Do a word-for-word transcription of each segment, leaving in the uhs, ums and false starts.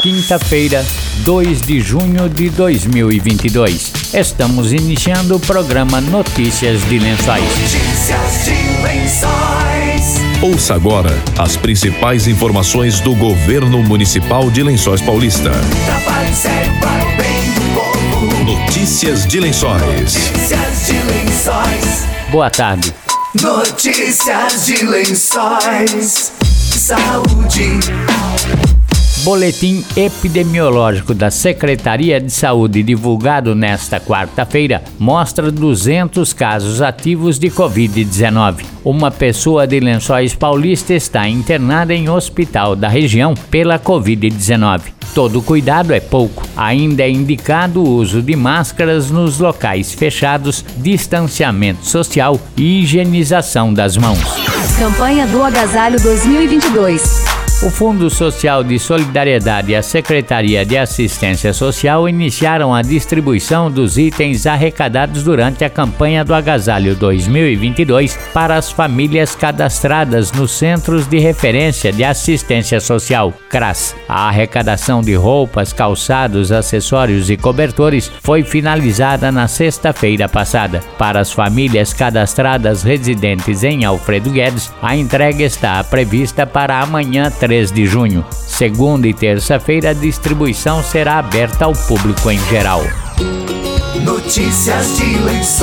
quinta-feira, dois de junho de dois mil e vinte e dois. Estamos iniciando o programa Notícias de Lençóis. Notícias de Lençóis. Ouça agora as principais informações do governo municipal de Lençóis Paulista. Trabalho sério para o bem do povo. Notícias de Lençóis. Notícias de Lençóis. Boa tarde. Notícias de Lençóis. Saúde. Boletim epidemiológico da Secretaria de Saúde divulgado nesta quarta-feira mostra duzentos casos ativos de covid dezenove. Uma pessoa de Lençóis Paulista está internada em hospital da região pela covid dezenove. Todo cuidado é pouco. Ainda é indicado o uso de máscaras nos locais fechados, distanciamento social e higienização das mãos. Campanha do Agasalho dois mil e vinte e dois. O Fundo Social de Solidariedade e a Secretaria de Assistência Social iniciaram a distribuição dos itens arrecadados durante a campanha do Agasalho dois mil e vinte e dois para as famílias cadastradas nos Centros de Referência de Assistência Social, C R A S. A arrecadação de roupas, calçados, acessórios e cobertores foi finalizada na sexta-feira passada. Para as famílias cadastradas residentes em Alfredo Guedes, a entrega está prevista para amanhã, três de junho. Segunda e terça-feira, a distribuição será aberta ao público em geral. Notícias de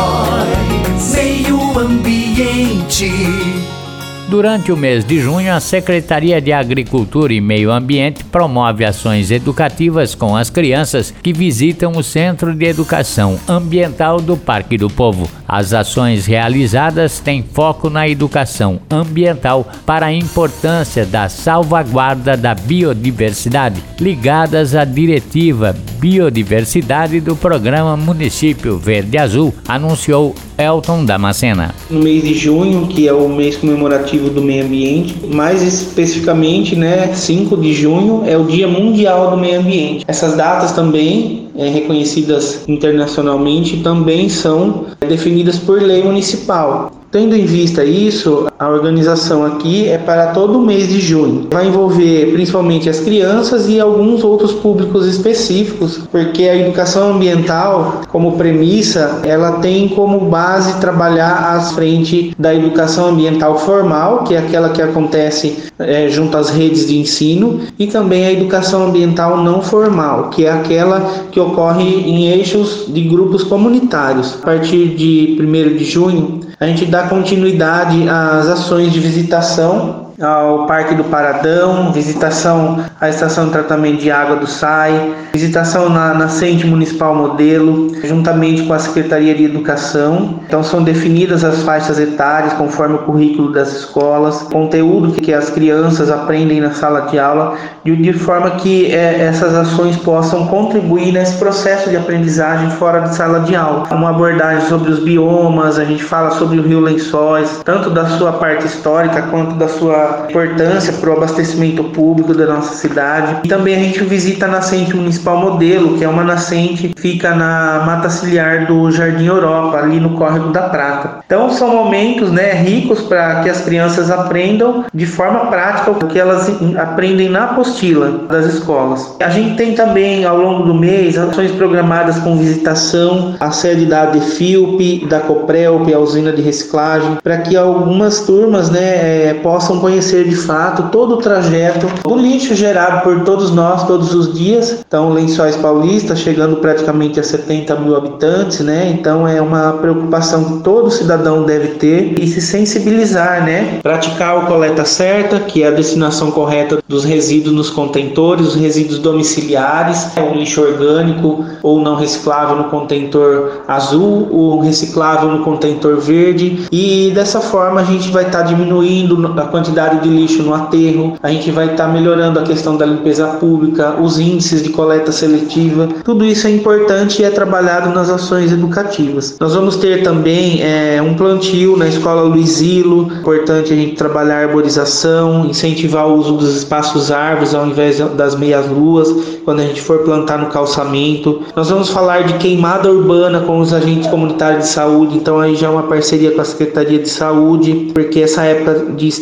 Lençóis. Meio Ambiente. Durante o mês de junho, a Secretaria de Agricultura e Meio Ambiente promove ações educativas com as crianças que visitam o Centro de Educação Ambiental do Parque do Povo. As ações realizadas têm foco na educação ambiental para a importância da salvaguarda da biodiversidade, ligadas à diretiva Biodiversidade do Programa Município Verde Azul, anunciou Elton Damascena. No mês de junho, que é o mês comemorativo do meio ambiente, mais especificamente, né, cinco de junho é o Dia Mundial do Meio Ambiente. Essas datas também, é, reconhecidas internacionalmente, também são é, definidas por lei municipal. Tendo em vista isso, a organização aqui é para todo o mês de junho. Vai envolver principalmente as crianças e alguns outros públicos específicos, porque a educação ambiental, como premissa, ela tem como base trabalhar à frente da educação ambiental formal, que é aquela que acontece é, junto às redes de ensino, e também a educação ambiental não formal, que é aquela que ocorre em eixos de grupos comunitários. A partir de primeiro de junho, a gente dá continuidade às ações de visitação ao Parque do Paradão, visitação à Estação de Tratamento de Água do S A I, visitação na Nascente Municipal Modelo, juntamente com a Secretaria de Educação. Então são definidas as faixas etárias conforme o currículo das escolas, conteúdo que as crianças aprendem na sala de aula, de, de forma que é, essas ações possam contribuir nesse processo de aprendizagem fora de sala de aula. Uma abordagem sobre os biomas, a gente fala sobre o Rio Lençóis, tanto da sua parte histórica quanto da sua importância para o abastecimento público da nossa cidade. E também a gente visita a Nascente Municipal Modelo, que é uma nascente que fica na mata ciliar do Jardim Europa, ali no Córrego da Prata. Então são momentos, né, ricos para que as crianças aprendam de forma prática o que elas aprendem na apostila das escolas. A gente tem também ao longo do mês ações programadas com visitação à sede da ADEFILP, da COPRELP, a usina de reciclagem, para que algumas turmas, né, é, possam conhecer de fato todo o trajeto do lixo gerado por todos nós todos os dias. Então, Lençóis Paulista chegando praticamente a setenta mil habitantes, né? Então é uma preocupação que todo cidadão deve ter e se sensibilizar, né? Praticar a coleta certa, que é a destinação correta dos resíduos nos contentores, os resíduos domiciliares, o lixo orgânico ou não reciclável no contentor azul, o reciclável no contentor verde, e dessa forma a gente vai estar tá diminuindo a quantidade de lixo no aterro, a gente vai estar tá melhorando a questão da limpeza pública, os índices de coleta seletiva. Tudo isso é importante e é trabalhado nas ações educativas. Nós vamos ter também é, um plantio na Escola Luizilo. Importante a gente trabalhar a arborização, incentivar o uso dos espaços árvores ao invés das meias-luas quando a gente for plantar no calçamento. Nós vamos falar de queimada urbana com os agentes comunitários de saúde. Então aí já é uma parceria com a Secretaria de Saúde, porque essa época de estiagem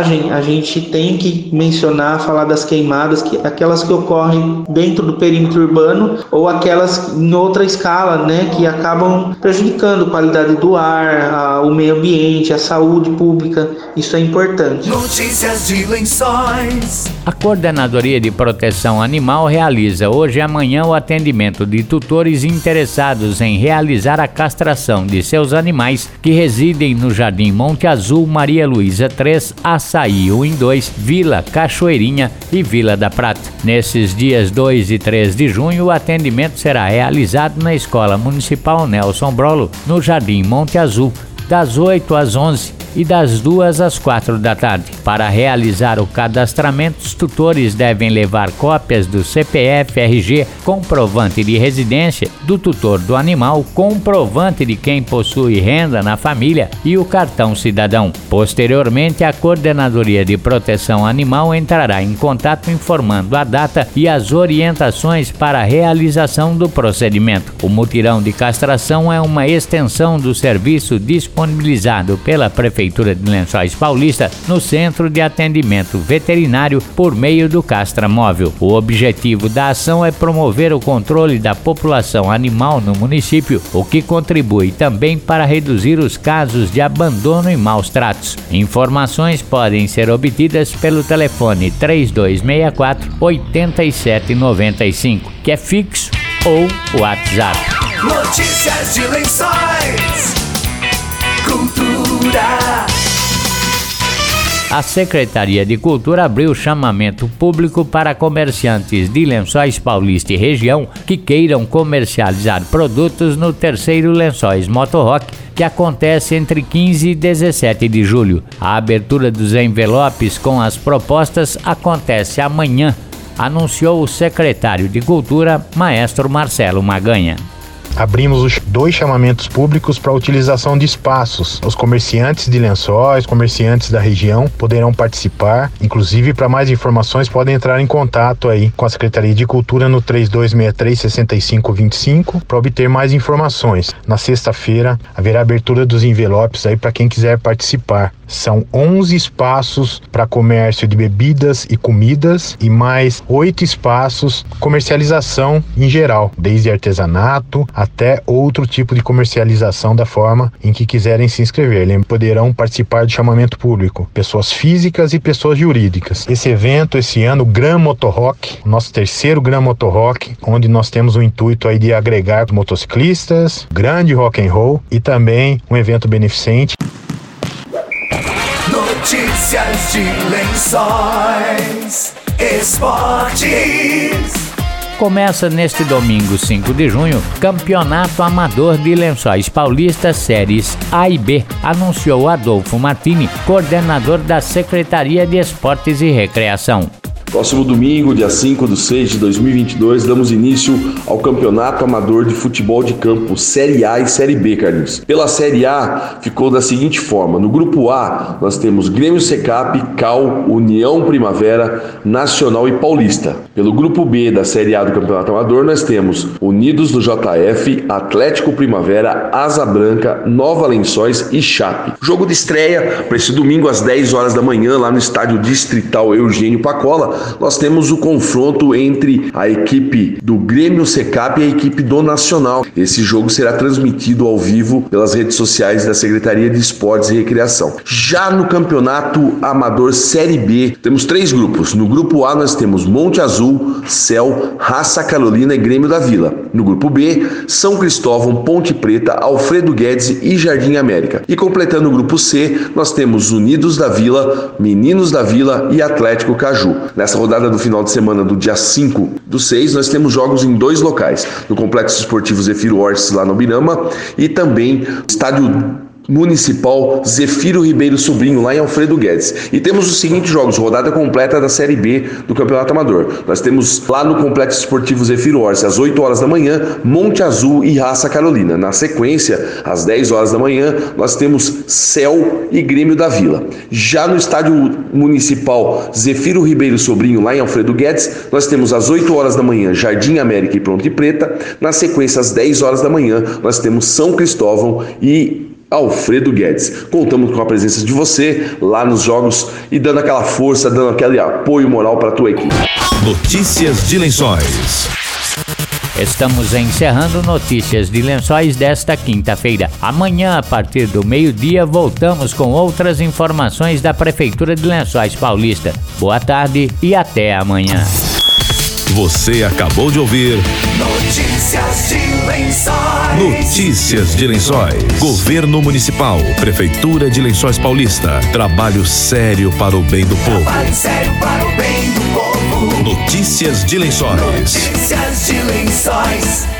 passagem, a gente tem que mencionar, falar das queimadas, que, aquelas que ocorrem dentro do perímetro urbano ou aquelas em outra escala, né, que acabam prejudicando a qualidade do ar, a, o meio ambiente, a saúde pública. Isso é importante. Notícias de Lençóis. A Coordenadoria de Proteção Animal realiza hoje e amanhã o atendimento de tutores interessados em realizar a castração de seus animais que residem no Jardim Monte Azul, Maria Luísa três, Açaí um em dois, Vila Cachoeirinha e Vila da Prata. Nesses dias dois e três de junho, o atendimento será realizado na Escola Municipal Nelson Brolo, no Jardim Monte Azul, das oito às onze e das duas às quatro da tarde. Para realizar o cadastramento, os tutores devem levar cópias do C P F, R G, comprovante de residência do tutor do animal, comprovante de quem possui renda na família e o cartão cidadão. Posteriormente, a Coordenadoria de Proteção Animal entrará em contato informando a data e as orientações para a realização do procedimento. O mutirão de castração é uma extensão do serviço disponibilizado pela Prefeitura Prefeitura de Lençóis Paulista no Centro de Atendimento Veterinário por meio do Castra Móvel. O objetivo da ação é promover o controle da população animal no município, o que contribui também para reduzir os casos de abandono e maus tratos. Informações podem ser obtidas pelo telefone três dois seis quatro, oito sete nove cinco, que é fixo, ou WhatsApp. Notícias de Lençóis. Cultura. A Secretaria de Cultura abriu chamamento público para comerciantes de Lençóis Paulista e região que queiram comercializar produtos no terceiro Lençóis Motorrock, que acontece entre quinze e dezessete de julho. A abertura dos envelopes com as propostas acontece amanhã, anunciou o secretário de Cultura, Maestro Marcelo Maganha. Abrimos os dois chamamentos públicos para a utilização de espaços. Os comerciantes de Lençóis, comerciantes da região poderão participar. Inclusive, para mais informações, podem entrar em contato aí com a Secretaria de Cultura no três dois seis três, seis cinco dois cinco para obter mais informações. Na sexta-feira, haverá abertura dos envelopes aí para quem quiser participar. São onze espaços para comércio de bebidas e comidas e mais oito espaços comercialização em geral, desde artesanato até outro tipo de comercialização da forma em que quiserem se inscrever. Lembrem, poderão participar do chamamento público pessoas físicas e pessoas jurídicas. Esse evento, esse ano, o Gran Motorrock, nosso terceiro Gran Motorrock, onde nós temos o intuito aí de agregar motociclistas, grande rock and roll e também um evento beneficente. Notícias de Lençóis. Esportes. Começa neste domingo, cinco de junho, Campeonato Amador de Lençóis Paulista Séries A e B, anunciou Adolfo Martini, coordenador da Secretaria de Esportes e Recreação. Próximo domingo, dia cinco de seis de dois mil e vinte e dois, damos início ao Campeonato Amador de Futebol de Campo Série A e Série B, Carlinhos. Pela Série A, ficou da seguinte forma: no Grupo A, nós temos Grêmio Secap, Cal, União Primavera, Nacional e Paulista. Pelo Grupo B da Série A do Campeonato Amador, nós temos Unidos do J F, Atlético Primavera, Asa Branca, Nova Lençóis e Chape. Jogo de estreia para esse domingo às dez horas da manhã, lá no Estádio Distrital Eugênio Pacola, nós temos o confronto entre a equipe do Grêmio Secap e a equipe do Nacional. Esse jogo será transmitido ao vivo pelas redes sociais da Secretaria de Esportes e Recreação. Já no Campeonato Amador Série B, temos três grupos. No Grupo A, nós temos Monte Azul, Céu, Raça Carolina e Grêmio da Vila. No Grupo B, São Cristóvão, Ponte Preta, Alfredo Guedes e Jardim América. E completando o Grupo C, nós temos Unidos da Vila, Meninos da Vila e Atlético Caju. Nessa rodada do final de semana do dia cinco do seis, nós temos jogos em dois locais, no Complexo Esportivo Zefiro Ortiz, lá no Birama, e também no Estádio Municipal Zefiro Ribeiro Sobrinho, lá em Alfredo Guedes. E temos os seguintes jogos, rodada completa da Série B do Campeonato Amador. Nós temos lá no Complexo Esportivo Zefiro Ortiz, às oito horas da manhã, Monte Azul e Raça Carolina. Na sequência, às dez horas da manhã, nós temos Céu e Grêmio da Vila. Já no Estádio Municipal Zefiro Ribeiro Sobrinho, lá em Alfredo Guedes, nós temos às oito horas da manhã, Jardim América e Ponte Preta. Na sequência, às dez horas da manhã, nós temos São Cristóvão e Alfredo Guedes. Contamos com a presença de você lá nos jogos e dando aquela força, dando aquele apoio moral para a tua equipe. Notícias de Lençóis. Estamos encerrando Notícias de Lençóis desta quinta-feira. Amanhã, a partir do meio-dia, voltamos com outras informações da Prefeitura de Lençóis Paulista. Boa tarde e até amanhã. Você acabou de ouvir Notícias de Lençóis. Notícias de Lençóis. Governo Municipal, Prefeitura de Lençóis Paulista. Trabalho sério para o bem do povo. Trabalho sério para o bem do povo. Notícias de Lençóis. Notícias de Lençóis.